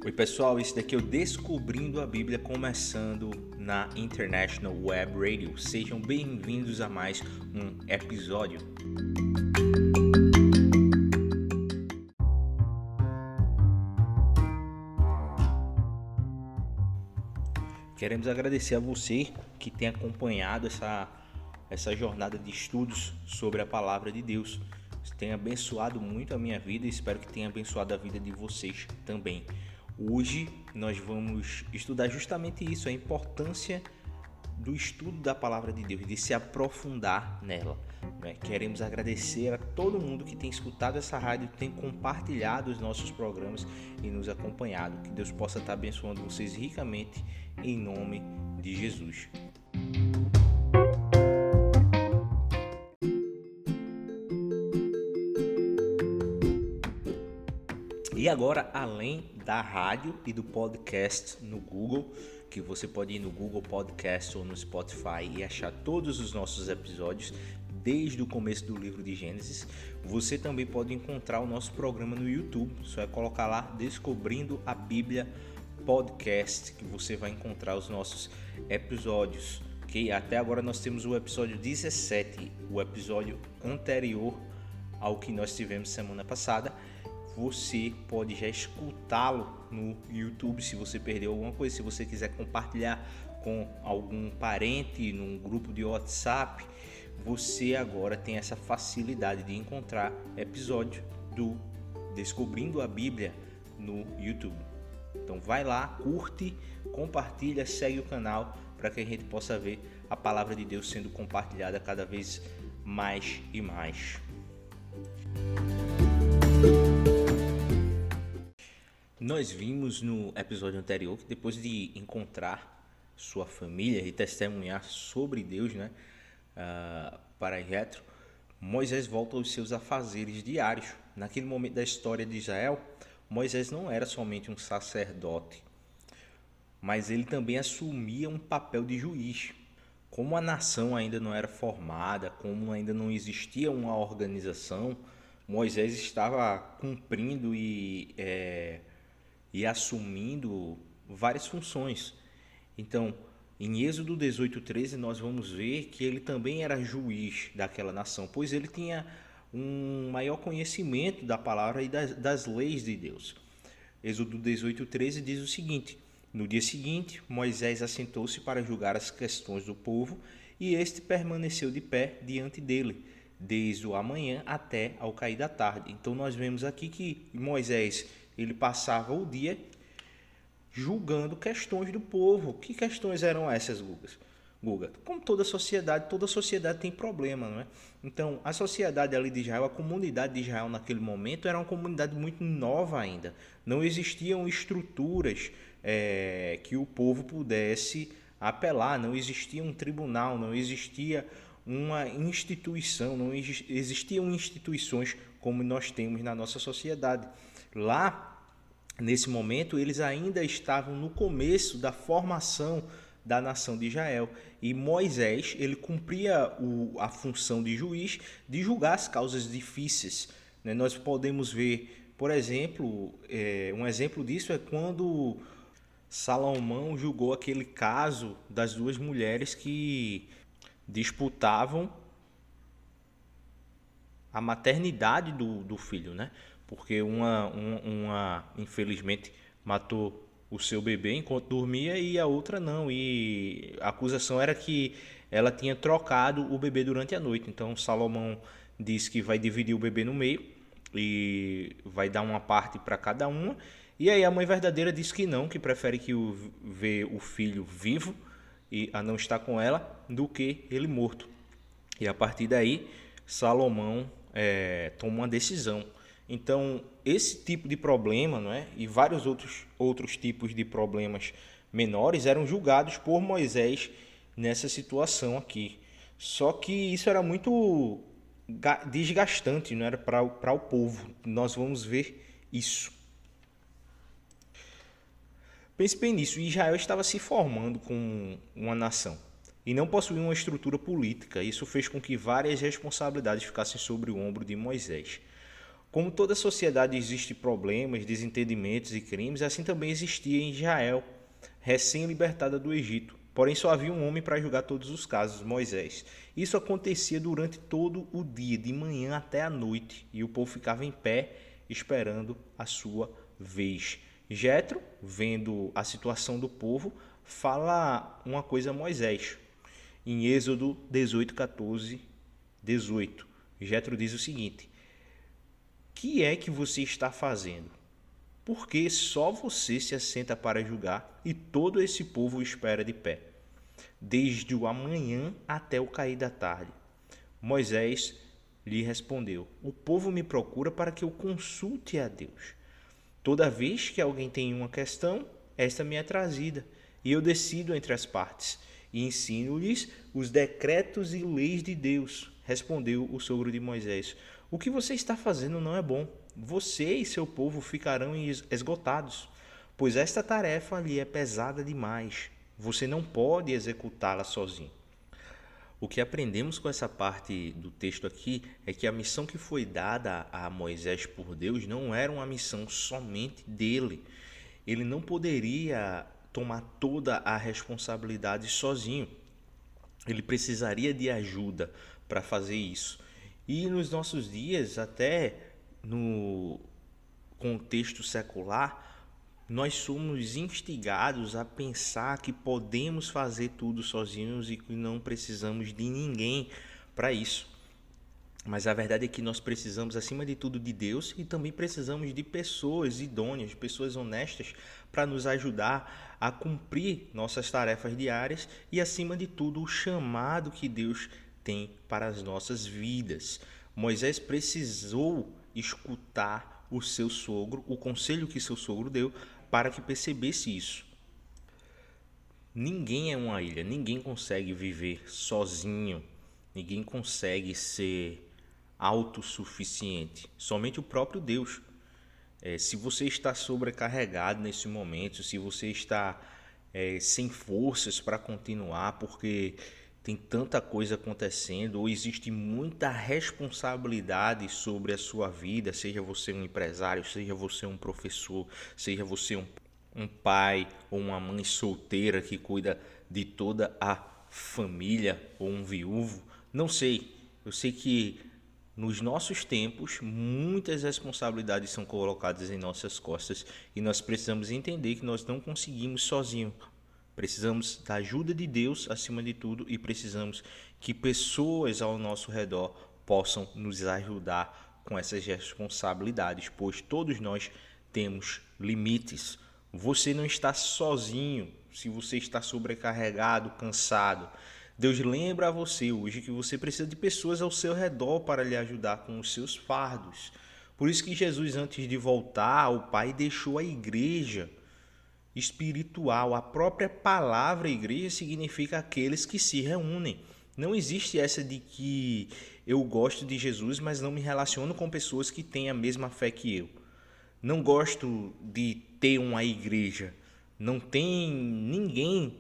Oi pessoal, esse daqui é o Descobrindo a Bíblia, começando na International Web Radio. Sejam bem-vindos a mais um episódio. Queremos agradecer a você que tem acompanhado essa jornada de estudos sobre a Palavra de Deus. Tem abençoado muito a minha vida e espero que tenha abençoado a vida de vocês também. Hoje nós vamos estudar justamente isso, a importância do estudo da Palavra de Deus, de se aprofundar nela. Queremos agradecer a todo mundo que tem escutado essa rádio, tem compartilhado os nossos programas e nos acompanhado. Que Deus possa estar abençoando vocês ricamente em nome de Jesus. E agora, além da rádio e do podcast no Google, que você pode ir no Google Podcast ou no Spotify e achar todos os nossos episódios desde o começo do livro de Gênesis, você também pode encontrar o nosso programa no YouTube. Só é colocar lá Descobrindo a Bíblia Podcast, que você vai encontrar os nossos episódios. Okay? Até agora nós temos o episódio 17, o episódio anterior ao que nós tivemos semana passada. Você pode já escutá-lo no YouTube se você perdeu alguma coisa. Se você quiser compartilhar com algum parente num grupo de WhatsApp, você agora tem essa facilidade de encontrar episódio do Descobrindo a Bíblia no YouTube. Então vai lá, curte, compartilha, segue o canal para que a gente possa ver a palavra de Deus sendo compartilhada cada vez mais e mais. Nós vimos no episódio anterior que depois de encontrar sua família e testemunhar sobre Deus, para Jetro, Moisés volta aos seus afazeres diários. Naquele momento da história de Israel, Moisés não era somente um sacerdote, mas ele também assumia um papel de juiz. Como a nação ainda não era formada, como ainda não existia uma organização, Moisés estava cumprindo e assumindo várias funções. Então, em Êxodo 18:13, nós vamos ver que ele também era juiz daquela nação, pois ele tinha um maior conhecimento da palavra e das leis de Deus. Êxodo 18:13 diz o seguinte: no dia seguinte, Moisés assentou-se para julgar as questões do povo, e este permaneceu de pé diante dele, desde o amanhã até ao cair da tarde. Então nós vemos aqui que Moisés ele passava o dia julgando questões do povo. Que questões eram essas, Guga? Como toda sociedade tem problema, não é? Então, a sociedade ali de Israel, a comunidade de Israel naquele momento era uma comunidade muito nova ainda. Não existiam estruturas que o povo pudesse apelar, não existia um tribunal, não existia uma instituição, não existiam instituições como nós temos na nossa sociedade. Lá, nesse momento, eles ainda estavam no começo da formação da nação de Israel. E Moisés, ele cumpria a função de juiz, de julgar as causas difíceis. Nós podemos ver, por exemplo, um exemplo disso é quando Salomão julgou aquele caso das duas mulheres que disputavam a maternidade do filho, porque uma infelizmente matou o seu bebê enquanto dormia e a outra não, e a acusação era que ela tinha trocado o bebê durante a noite. Então Salomão disse que vai dividir o bebê no meio e vai dar uma parte para cada uma, e aí a mãe verdadeira disse que não, que prefere ver o filho vivo e a não estar com ela do que ele morto. E a partir daí Salomão toma uma decisão. Então, esse tipo de problema, e vários outros tipos de problemas menores eram julgados por Moisés nessa situação aqui. Só que isso era muito desgastante, não era para o povo. Nós vamos ver isso. Pense bem nisso. Israel estava se formando como uma nação e não possuía uma estrutura política. Isso fez com que várias responsabilidades ficassem sobre o ombro de Moisés. Como toda sociedade existe problemas, desentendimentos e crimes, assim também existia em Israel, recém-libertada do Egito. Porém, só havia um homem para julgar todos os casos, Moisés. Isso acontecia durante todo o dia, de manhã até a noite, e o povo ficava em pé esperando a sua vez. Jetro, vendo a situação do povo, fala uma coisa a Moisés. Em Êxodo 18, 14, 18, Jetro diz o seguinte: que é que você está fazendo? Porque só você se assenta para julgar e todo esse povo o espera de pé, desde o amanhã até o cair da tarde. Moisés lhe respondeu: o povo me procura para que eu consulte a Deus. Toda vez que alguém tem uma questão, esta me é trazida, e eu decido entre as partes, e ensino-lhes os decretos e leis de Deus. Respondeu o sogro de Moisés: o que você está fazendo não é bom. Você e seu povo ficarão esgotados, pois esta tarefa lhe é pesada demais. Você não pode executá-la sozinho. O que aprendemos com essa parte do texto aqui é que a missão que foi dada a Moisés por Deus não era uma missão somente dele. Ele não poderia tomar toda a responsabilidade sozinho. Ele precisaria de ajuda para fazer isso. E nos nossos dias, até no contexto secular, nós somos instigados a pensar que podemos fazer tudo sozinhos e que não precisamos de ninguém para isso. Mas a verdade é que nós precisamos, acima de tudo, de Deus e também precisamos de pessoas idôneas, de pessoas honestas para nos ajudar a cumprir nossas tarefas diárias e, acima de tudo, o chamado que Deus tem para as nossas vidas. Moisés precisou escutar o seu sogro, o conselho que seu sogro deu, para que percebesse isso. Ninguém é uma ilha, ninguém consegue viver sozinho, ninguém consegue ser autossuficiente, somente o próprio Deus. Se você está sobrecarregado nesse momento, se você está sem forças para continuar, porque tem tanta coisa acontecendo, ou existe muita responsabilidade sobre a sua vida, seja você um empresário, seja você um professor, seja você um pai ou uma mãe solteira que cuida de toda a família, ou um viúvo, não sei. Eu sei que nos nossos tempos muitas responsabilidades são colocadas em nossas costas e nós precisamos entender que nós não conseguimos sozinhos. Precisamos da ajuda de Deus acima de tudo e precisamos que pessoas ao nosso redor possam nos ajudar com essas responsabilidades, pois todos nós temos limites. Você não está sozinho se você está sobrecarregado, cansado. Deus lembra a você hoje que você precisa de pessoas ao seu redor para lhe ajudar com os seus fardos. Por isso que Jesus, antes de voltar ao Pai, deixou a igreja espiritual. A própria palavra igreja significa aqueles que se reúnem. Não existe essa de que eu gosto de Jesus, mas não me relaciono com pessoas que têm a mesma fé que eu. Não gosto de ter uma igreja. Não tem ninguém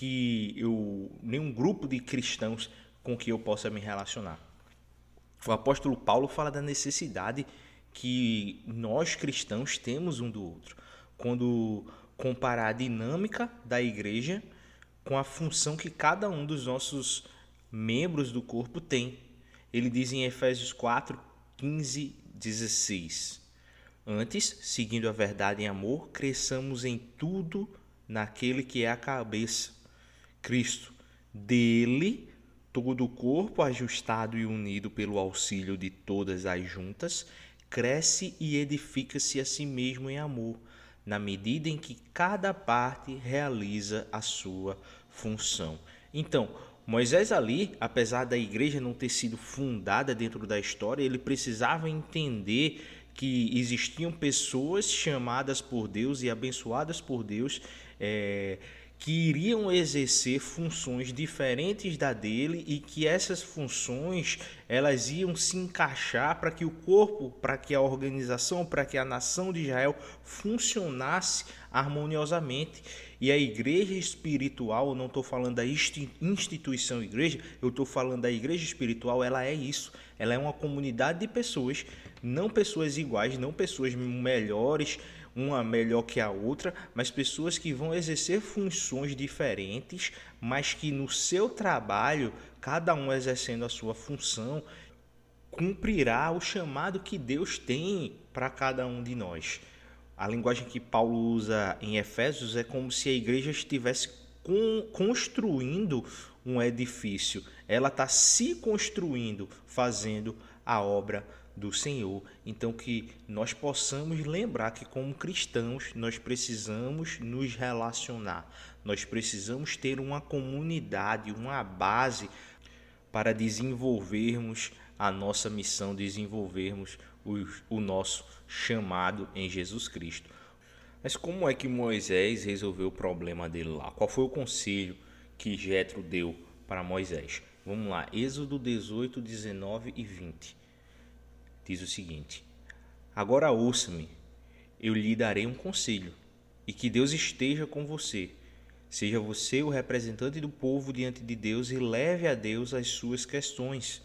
nenhum grupo de cristãos com que eu possa me relacionar. O apóstolo Paulo fala da necessidade que nós cristãos temos um do outro. Quando comparar a dinâmica da igreja com a função que cada um dos nossos membros do corpo tem. Ele diz em Efésios 4, 15, 16: antes, seguindo a verdade em amor, cresçamos em tudo naquele que é a cabeça, Cristo. Dele, todo o corpo, ajustado e unido pelo auxílio de todas as juntas, cresce e edifica-se a si mesmo em amor, na medida em que cada parte realiza a sua função. Então, Moisés ali, apesar da igreja não ter sido fundada dentro da história, ele precisava entender que existiam pessoas chamadas por Deus e abençoadas por Deus, que iriam exercer funções diferentes da dele e que essas funções elas iam se encaixar para que o corpo, para que a organização, para que a nação de Israel funcionasse harmoniosamente. E a igreja espiritual, eu não estou falando da instituição igreja, eu estou falando da igreja espiritual, ela é isso. Ela é uma comunidade de pessoas, não pessoas iguais, não pessoas melhores, uma melhor que a outra, mas pessoas que vão exercer funções diferentes, mas que no seu trabalho, cada um exercendo a sua função, cumprirá o chamado que Deus tem para cada um de nós. A linguagem que Paulo usa em Efésios é como se a igreja estivesse construindo um edifício. Ela está se construindo, fazendo a obra do Senhor. Então que nós possamos lembrar que como cristãos nós precisamos nos relacionar. Nós precisamos ter uma comunidade, uma base para desenvolvermos a nossa missão, desenvolvermos o nosso chamado em Jesus Cristo. Mas como é que Moisés resolveu o problema dele lá? Qual foi o conselho que Jetro deu para Moisés? Vamos lá, Êxodo 18, 19 e 20. Diz o seguinte: agora ouça-me, eu lhe darei um conselho, e que Deus esteja com você. Seja você o representante do povo diante de Deus e leve a Deus as suas questões.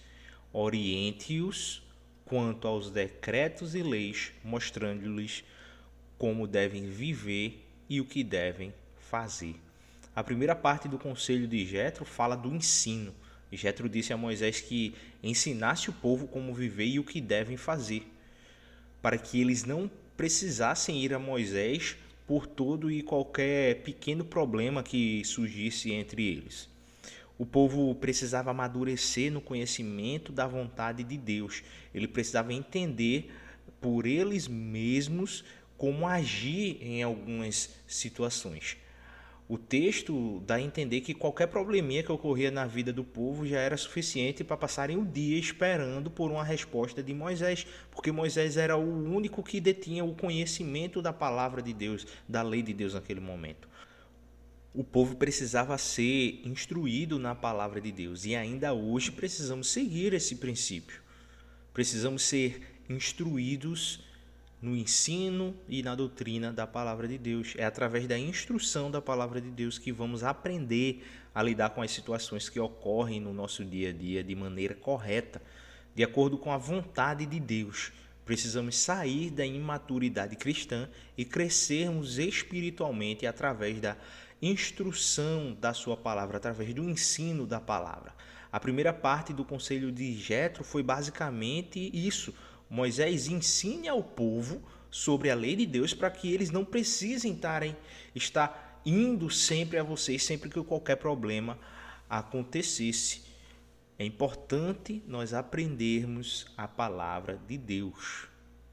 Oriente-os quanto aos decretos e leis, mostrando-lhes como devem viver e o que devem fazer. A primeira parte do conselho de Jetro fala do ensino. Jetro disse a Moisés que ensinasse o povo como viver e o que devem fazer, para que eles não precisassem ir a Moisés por todo e qualquer pequeno problema que surgisse entre eles. O povo precisava amadurecer no conhecimento da vontade de Deus. Ele precisava entender por eles mesmos como agir em algumas situações. O texto dá a entender que qualquer probleminha que ocorria na vida do povo já era suficiente para passarem o dia esperando por uma resposta de Moisés, porque Moisés era o único que detinha o conhecimento da palavra de Deus, da lei de Deus naquele momento. O povo precisava ser instruído na palavra de Deus e ainda hoje precisamos seguir esse princípio. Precisamos ser instruídos no ensino e na doutrina da palavra de Deus. É através da instrução da palavra de Deus que vamos aprender a lidar com as situações que ocorrem no nosso dia a dia de maneira correta, de acordo com a vontade de Deus. Precisamos sair da imaturidade cristã e crescermos espiritualmente através da instrução da sua palavra, através do ensino da palavra. A primeira parte do conselho de Jetro foi basicamente isso. Moisés ensine ao povo sobre a lei de Deus para que eles não precisem estar indo sempre a vocês sempre que qualquer problema acontecesse. É importante nós aprendermos a palavra de Deus.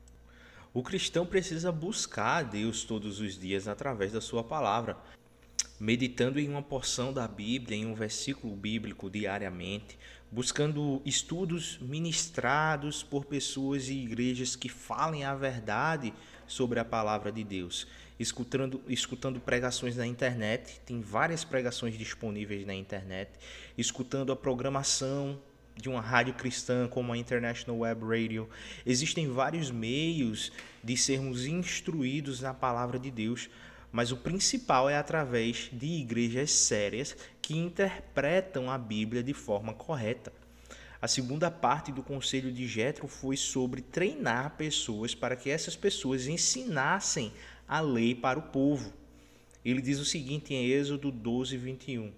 O cristão precisa buscar a Deus todos os dias através da sua palavra, meditando em uma porção da Bíblia, em um versículo bíblico diariamente, buscando estudos ministrados por pessoas e igrejas que falem a verdade sobre a palavra de Deus, escutando pregações na internet, tem várias pregações disponíveis na internet, escutando a programação de uma rádio cristã como a International Web Radio. Existem vários meios de sermos instruídos na palavra de Deus, mas o principal é através de igrejas sérias que interpretam a Bíblia de forma correta. A segunda parte do conselho de Jetro foi sobre treinar pessoas para que essas pessoas ensinassem a lei para o povo. Ele diz o seguinte em Êxodo 12, 21.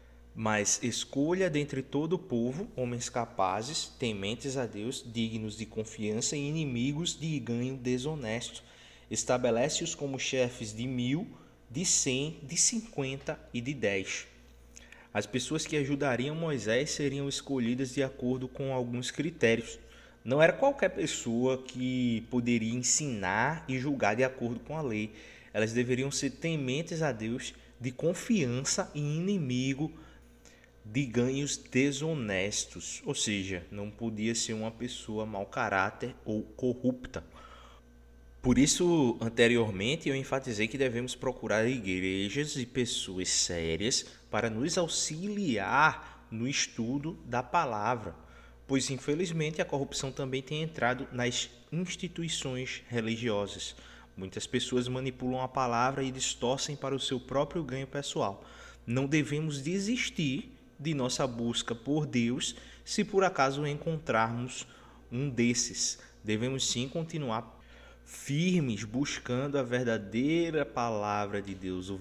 Mas escolha dentre todo o povo homens capazes, tementes a Deus, dignos de confiança e inimigos de ganho desonesto. Estabelece-os como chefes de 1.000, de 100, de 50 e de 10. As pessoas que ajudariam Moisés seriam escolhidas de acordo com alguns critérios. Não era qualquer pessoa que poderia ensinar e julgar de acordo com a lei. Elas deveriam ser tementes a Deus, de confiança e inimigo de ganhos desonestos. Ou seja, não podia ser uma pessoa mau caráter ou corrupta. Por isso, anteriormente, eu enfatizei que devemos procurar igrejas e pessoas sérias para nos auxiliar no estudo da palavra, pois infelizmente a corrupção também tem entrado nas instituições religiosas. Muitas pessoas manipulam a palavra e distorcem para o seu próprio ganho pessoal. Não devemos desistir de nossa busca por Deus se por acaso encontrarmos um desses. Devemos sim continuar firmes, buscando a verdadeira palavra de Deus,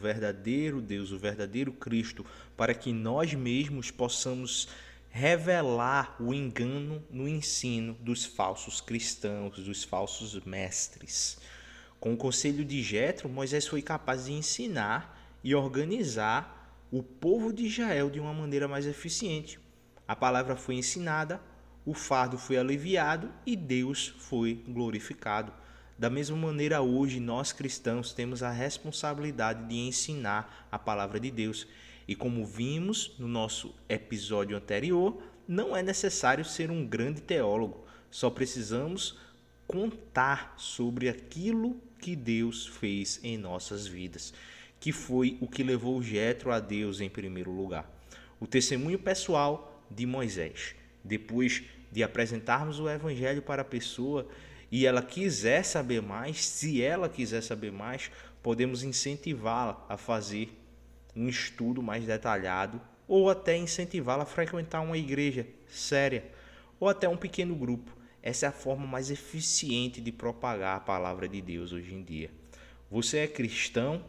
o verdadeiro Cristo, para que nós mesmos possamos revelar o engano no ensino dos falsos cristãos, dos falsos mestres. Com o conselho de Jetro, Moisés foi capaz de ensinar e organizar o povo de Israel de uma maneira mais eficiente. A palavra foi ensinada, o fardo foi aliviado e Deus foi glorificado. Da mesma maneira, hoje, nós cristãos temos a responsabilidade de ensinar a palavra de Deus. E como vimos no nosso episódio anterior, não é necessário ser um grande teólogo, só precisamos contar sobre aquilo que Deus fez em nossas vidas, que foi o que levou Jetro a Deus em primeiro lugar. O testemunho pessoal de Moisés. Depois de apresentarmos o evangelho para a pessoa e ela quiser saber mais, se ela quiser saber mais, podemos incentivá-la a fazer um estudo mais detalhado ou até incentivá-la a frequentar uma igreja séria ou até um pequeno grupo. Essa é a forma mais eficiente de propagar a palavra de Deus hoje em dia. Você é cristão?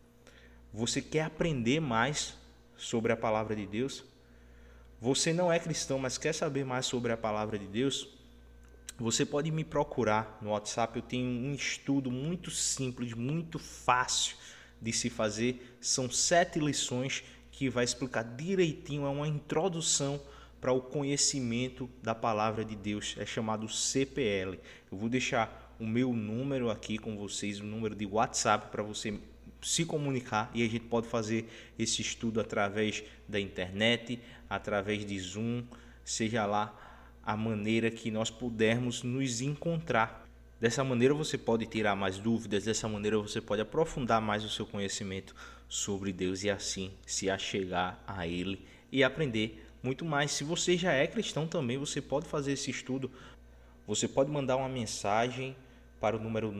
Você quer aprender mais sobre a palavra de Deus? Você não é cristão, mas quer saber mais sobre a palavra de Deus? Você pode me procurar no WhatsApp, eu tenho um estudo muito simples, muito fácil de se fazer. São 7 lições que vai explicar direitinho, é uma introdução para o conhecimento da palavra de Deus, é chamado CPL. Eu vou deixar o meu número aqui com vocês, o número de WhatsApp para você se comunicar e a gente pode fazer esse estudo através da internet, através de Zoom, seja lá a maneira que nós pudermos nos encontrar. Dessa maneira você pode tirar mais dúvidas, dessa maneira você pode aprofundar mais o seu conhecimento sobre Deus e assim se achegar a Ele e aprender muito mais. Se você já é cristão também, você pode fazer esse estudo. Você pode mandar uma mensagem para o número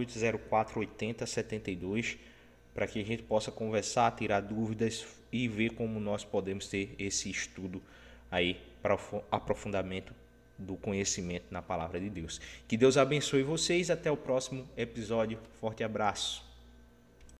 98048072 para que a gente possa conversar, tirar dúvidas e ver como nós podemos ter esse estudo aí para aprofundamento do conhecimento na palavra de Deus. Que Deus abençoe vocês. Até o próximo episódio. Forte abraço.